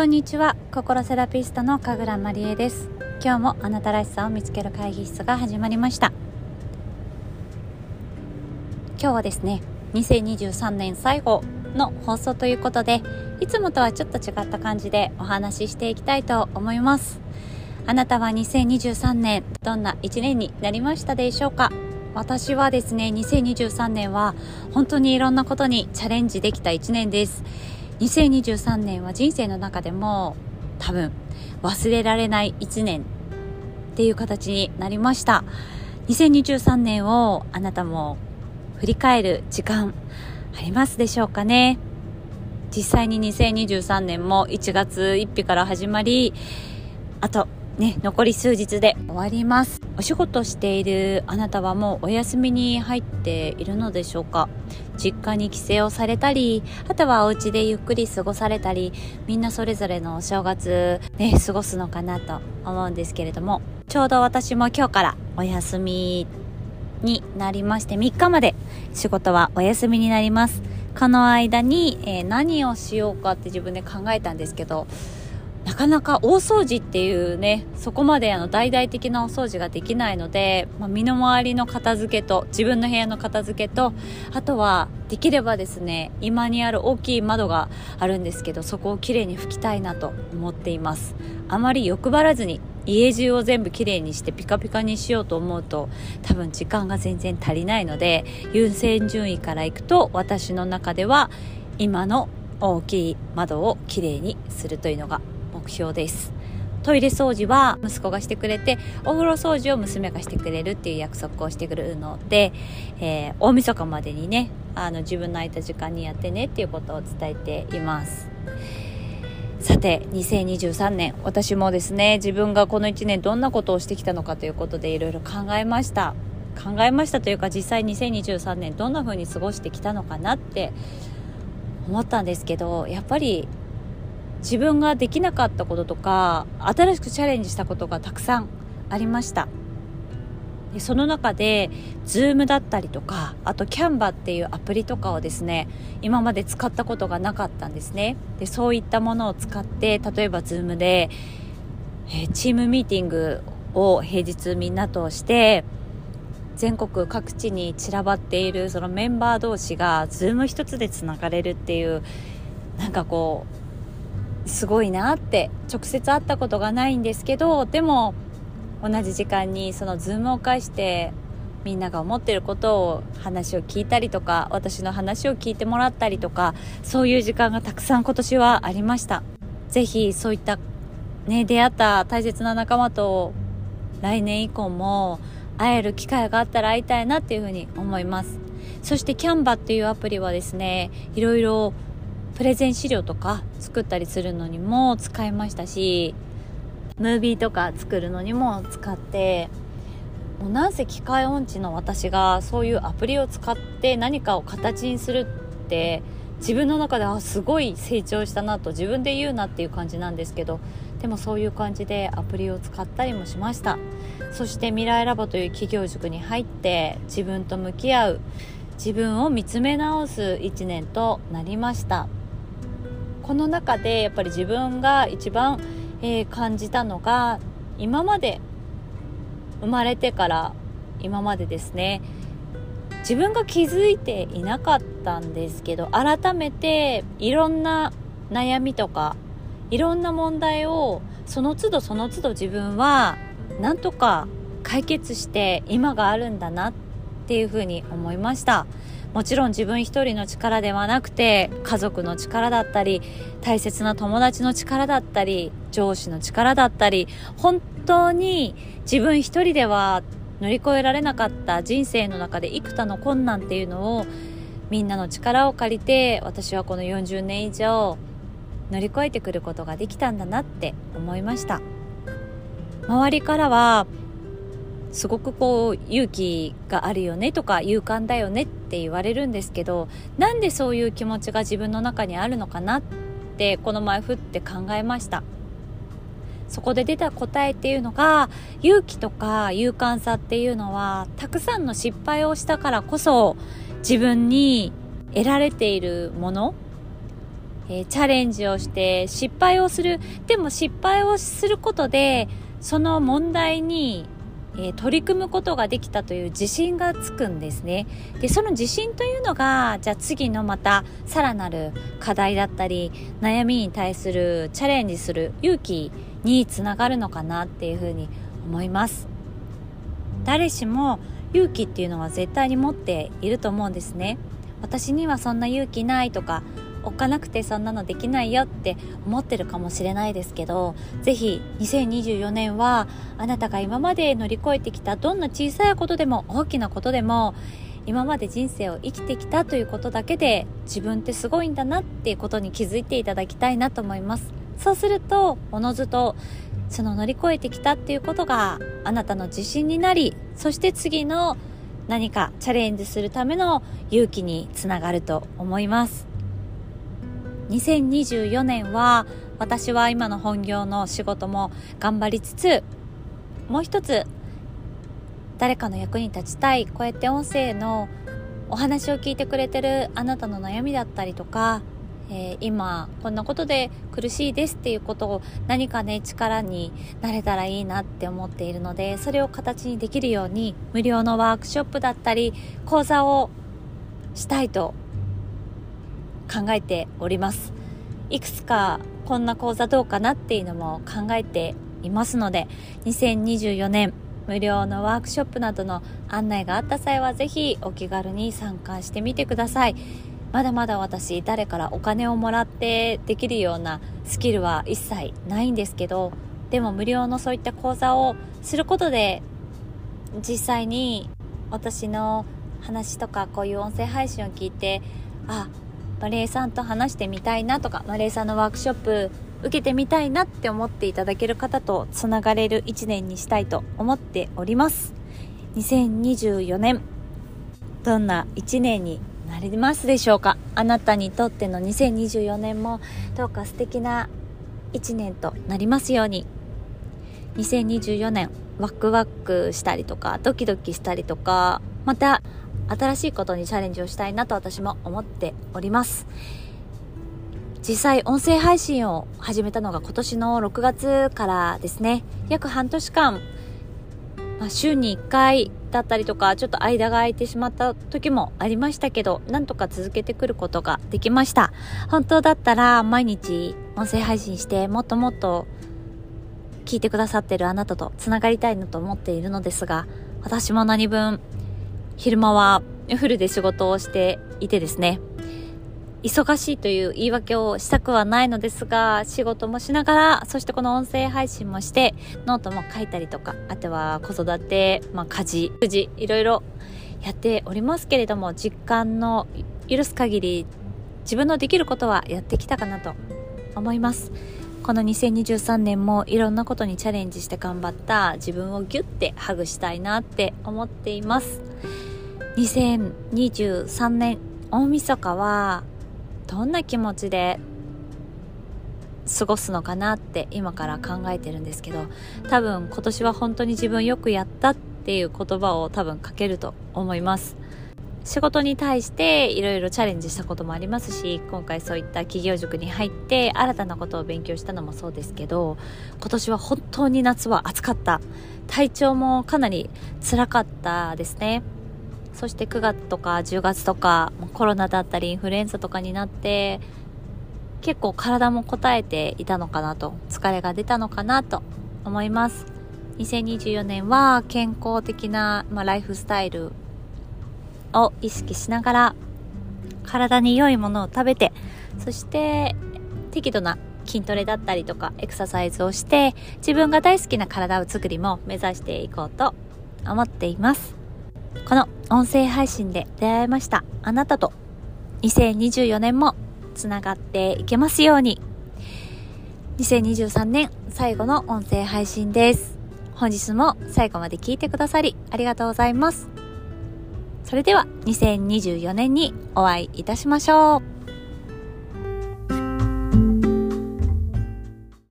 こんにちは、心セラピストの神楽まりえです。今日もあなたらしさを見つける会議室が始まりました。今日はですね、2023年最後の放送ということで、いつもとはちょっと違った感じでお話ししていきたいと思います。あなたは2023年どんな1年になりましたでしょうか？私はですね、2023年は本当にいろんなことにチャレンジできた1年です。2023年は人生の中でも多分忘れられない1年っていう形になりました。2023年をあなたも振り返る時間ありますでしょうかね。実際に2023年も1月1日から始まり、あと残り数日で終わります。お仕事しているあなたはもうお休みに入っているのでしょうか？実家に帰省をされたり、あとはお家でゆっくり過ごされたり、みんなそれぞれのお正月過ごすのかなと思うんですけれども、ちょうど私も今日からお休みになりまして、3日まで仕事はお休みになります。この間に、何をしようかって自分で考えたんですけど、なかなか大掃除っていうそこまで大々的なお掃除ができないので、身の回りの片付けと自分の部屋の片付けと、あとはできればですね、今にある大きい窓があるんですけど、そこをきれいに拭きたいなと思っています。あまり欲張らずに家中を全部きれいにしてピカピカにしようと思うと、多分時間が全然足りないので、優先順位からいくと、私の中では今の大きい窓をきれいにするというのが目標です。トイレ掃除は息子がしてくれて、お風呂掃除を娘がしてくれるっていう約束をしてくるので、大晦日までに自分の空いた時間にやってねっていうことを伝えています。さて、2023年、私もですね、自分がこの1年どんなことをしてきたのかということでいろいろ考えましたというか、実際2023年どんな風に過ごしてきたのかなって思ったんですけど、やっぱり自分ができなかったこととか、新しくチャレンジしたことがたくさんありました。でその中で Zoom だったりとか、あと Canva っていうアプリとかをですね、今まで使ったことがなかったんですね。でそういったものを使って、例えば Zoom で、チームミーティングを平日みんなとして、全国各地に散らばっているそのメンバー同士が Zoom 一つでつながれるっていう、すごいなって、直接会ったことがないんですけど、でも同じ時間にそのズームを介してみんなが思っていることを話を聞いたりとか、私の話を聞いてもらったりとか、そういう時間がたくさん今年はありました。ぜひそういった出会った大切な仲間と来年以降も会える機会があったら会いたいなっていうふうに思います。そして Canva っていうアプリはですね、いろいろプレゼン資料とか作ったりするのにも使いましたし、ムービーとか作るのにも使って、もうなんせ機械音痴の私がそういうアプリを使って何かを形にするって、自分の中ですごい成長したなと自分で言うなっていう感じなんですけど、でもそういう感じでアプリを使ったりもしました。そして未来ラボという企業塾に入って自分と向き合う、自分を見つめ直す1年となりました。この中でやっぱり自分が一番、感じたのが、今まで生まれてから今までですね、自分が気づいていなかったんですけど、改めていろんな悩みとかいろんな問題をその都度自分はなんとか解決して今があるんだなっていうふうに思いました。もちろん自分一人の力ではなくて、家族の力だったり、大切な友達の力だったり、上司の力だったり、本当に自分一人では乗り越えられなかった人生の中で幾多の困難っていうのを、みんなの力を借りて、私はこの40年以上乗り越えてくることができたんだなって思いました。周りからはすごく勇気があるよねとか勇敢だよねって言われるんですけど、なんでそういう気持ちが自分の中にあるのかなってこの前ふって考えました。そこで出た答えっていうのが、勇気とか勇敢さっていうのはたくさんの失敗をしたからこそ自分に得られているものチャレンジをして失敗をする。でも失敗をすることでその問題に取り組むことができたという自信がつくんですね。で、その自信というのがじゃあ次のまたさらなる課題だったり悩みに対するチャレンジする勇気につながるのかなっていうふうに思います。誰しも勇気っていうのは絶対に持っていると思うんですね。私にはそんな勇気ないとか、おっかなくてそんなのできないよって思ってるかもしれないですけど、ぜひ2024年はあなたが今まで乗り越えてきたどんな小さいことでも大きなことでも、今まで人生を生きてきたということだけで自分ってすごいんだなっていうことに気づいていただきたいなと思います。そうするとおのずとその乗り越えてきたっていうことがあなたの自信になり、そして次の何かチャレンジするための勇気につながると思います。2024年は私は今の本業の仕事も頑張りつつ、もう一つ誰かの役に立ちたい、こうやって音声のお話を聞いてくれてるあなたの悩みだったりとか、今こんなことで苦しいですっていうことを何かね力になれたらいいなって思っているので、それを形にできるように無料のワークショップだったり講座をしたいと考えております。いくつかこんな講座どうかなっていうのも考えていますので、2024年無料のワークショップなどの案内があった際はぜひお気軽に参加してみてください。まだまだ私誰からお金をもらってできるようなスキルは一切ないんですけど、でも無料のそういった講座をすることで実際に私の話とかこういう音声配信を聞いて、マレイさんと話してみたいなとか、マレイさんのワークショップ受けてみたいなって思っていただける方とつながれる1年にしたいと思っております。2024年どんな1年になりますでしょうか。あなたにとっての2024年もどうか素敵な1年となりますように。2024年ワクワクしたりとかドキドキしたりとか、また新しいことにチャレンジをしたいなと私も思っております。実際音声配信を始めたのが今年の6月からですね。約半年間、週に1回だったりとかちょっと間が空いてしまった時もありましたけど、なんとか続けてくることができました。本当だったら毎日音声配信してもっともっと聞いてくださってるあなたとつながりたいなと思っているのですが、私も何分昼間はフルで仕事をしていてですね、忙しいという言い訳をしたくはないのですが、仕事もしながら、そしてこの音声配信もしてノートも書いたりとか、あとは子育て、家事、育児いろいろやっておりますけれども、実感の許す限り自分のできることはやってきたかなと思います。この2023年もいろんなことにチャレンジして頑張った自分をギュッてハグしたいなって思っています。2023年大晦日はどんな気持ちで過ごすのかなって今から考えてるんですけど、多分今年は本当に自分よくやったっていう言葉を多分かけると思います。仕事に対していろいろチャレンジしたこともありますし、今回そういった企業塾に入って新たなことを勉強したのもそうですけど、今年は本当に夏は暑かった。体調もかなり辛かったですね。そして9月とか10月とかコロナだったりインフルエンザとかになって結構体も応えていたのかなと、疲れが出たのかなと思います。2024年は健康的な、ライフスタイルを意識しながら体に良いものを食べて、そして適度な筋トレだったりとかエクササイズをして自分が大好きな体作りも目指していこうと思っています。この音声配信で出会いましたあなたと2024年もつながっていけますように。2023年最後の音声配信です。本日も最後まで聞いてくださりありがとうございます。それでは2024年にお会いいたしましょう。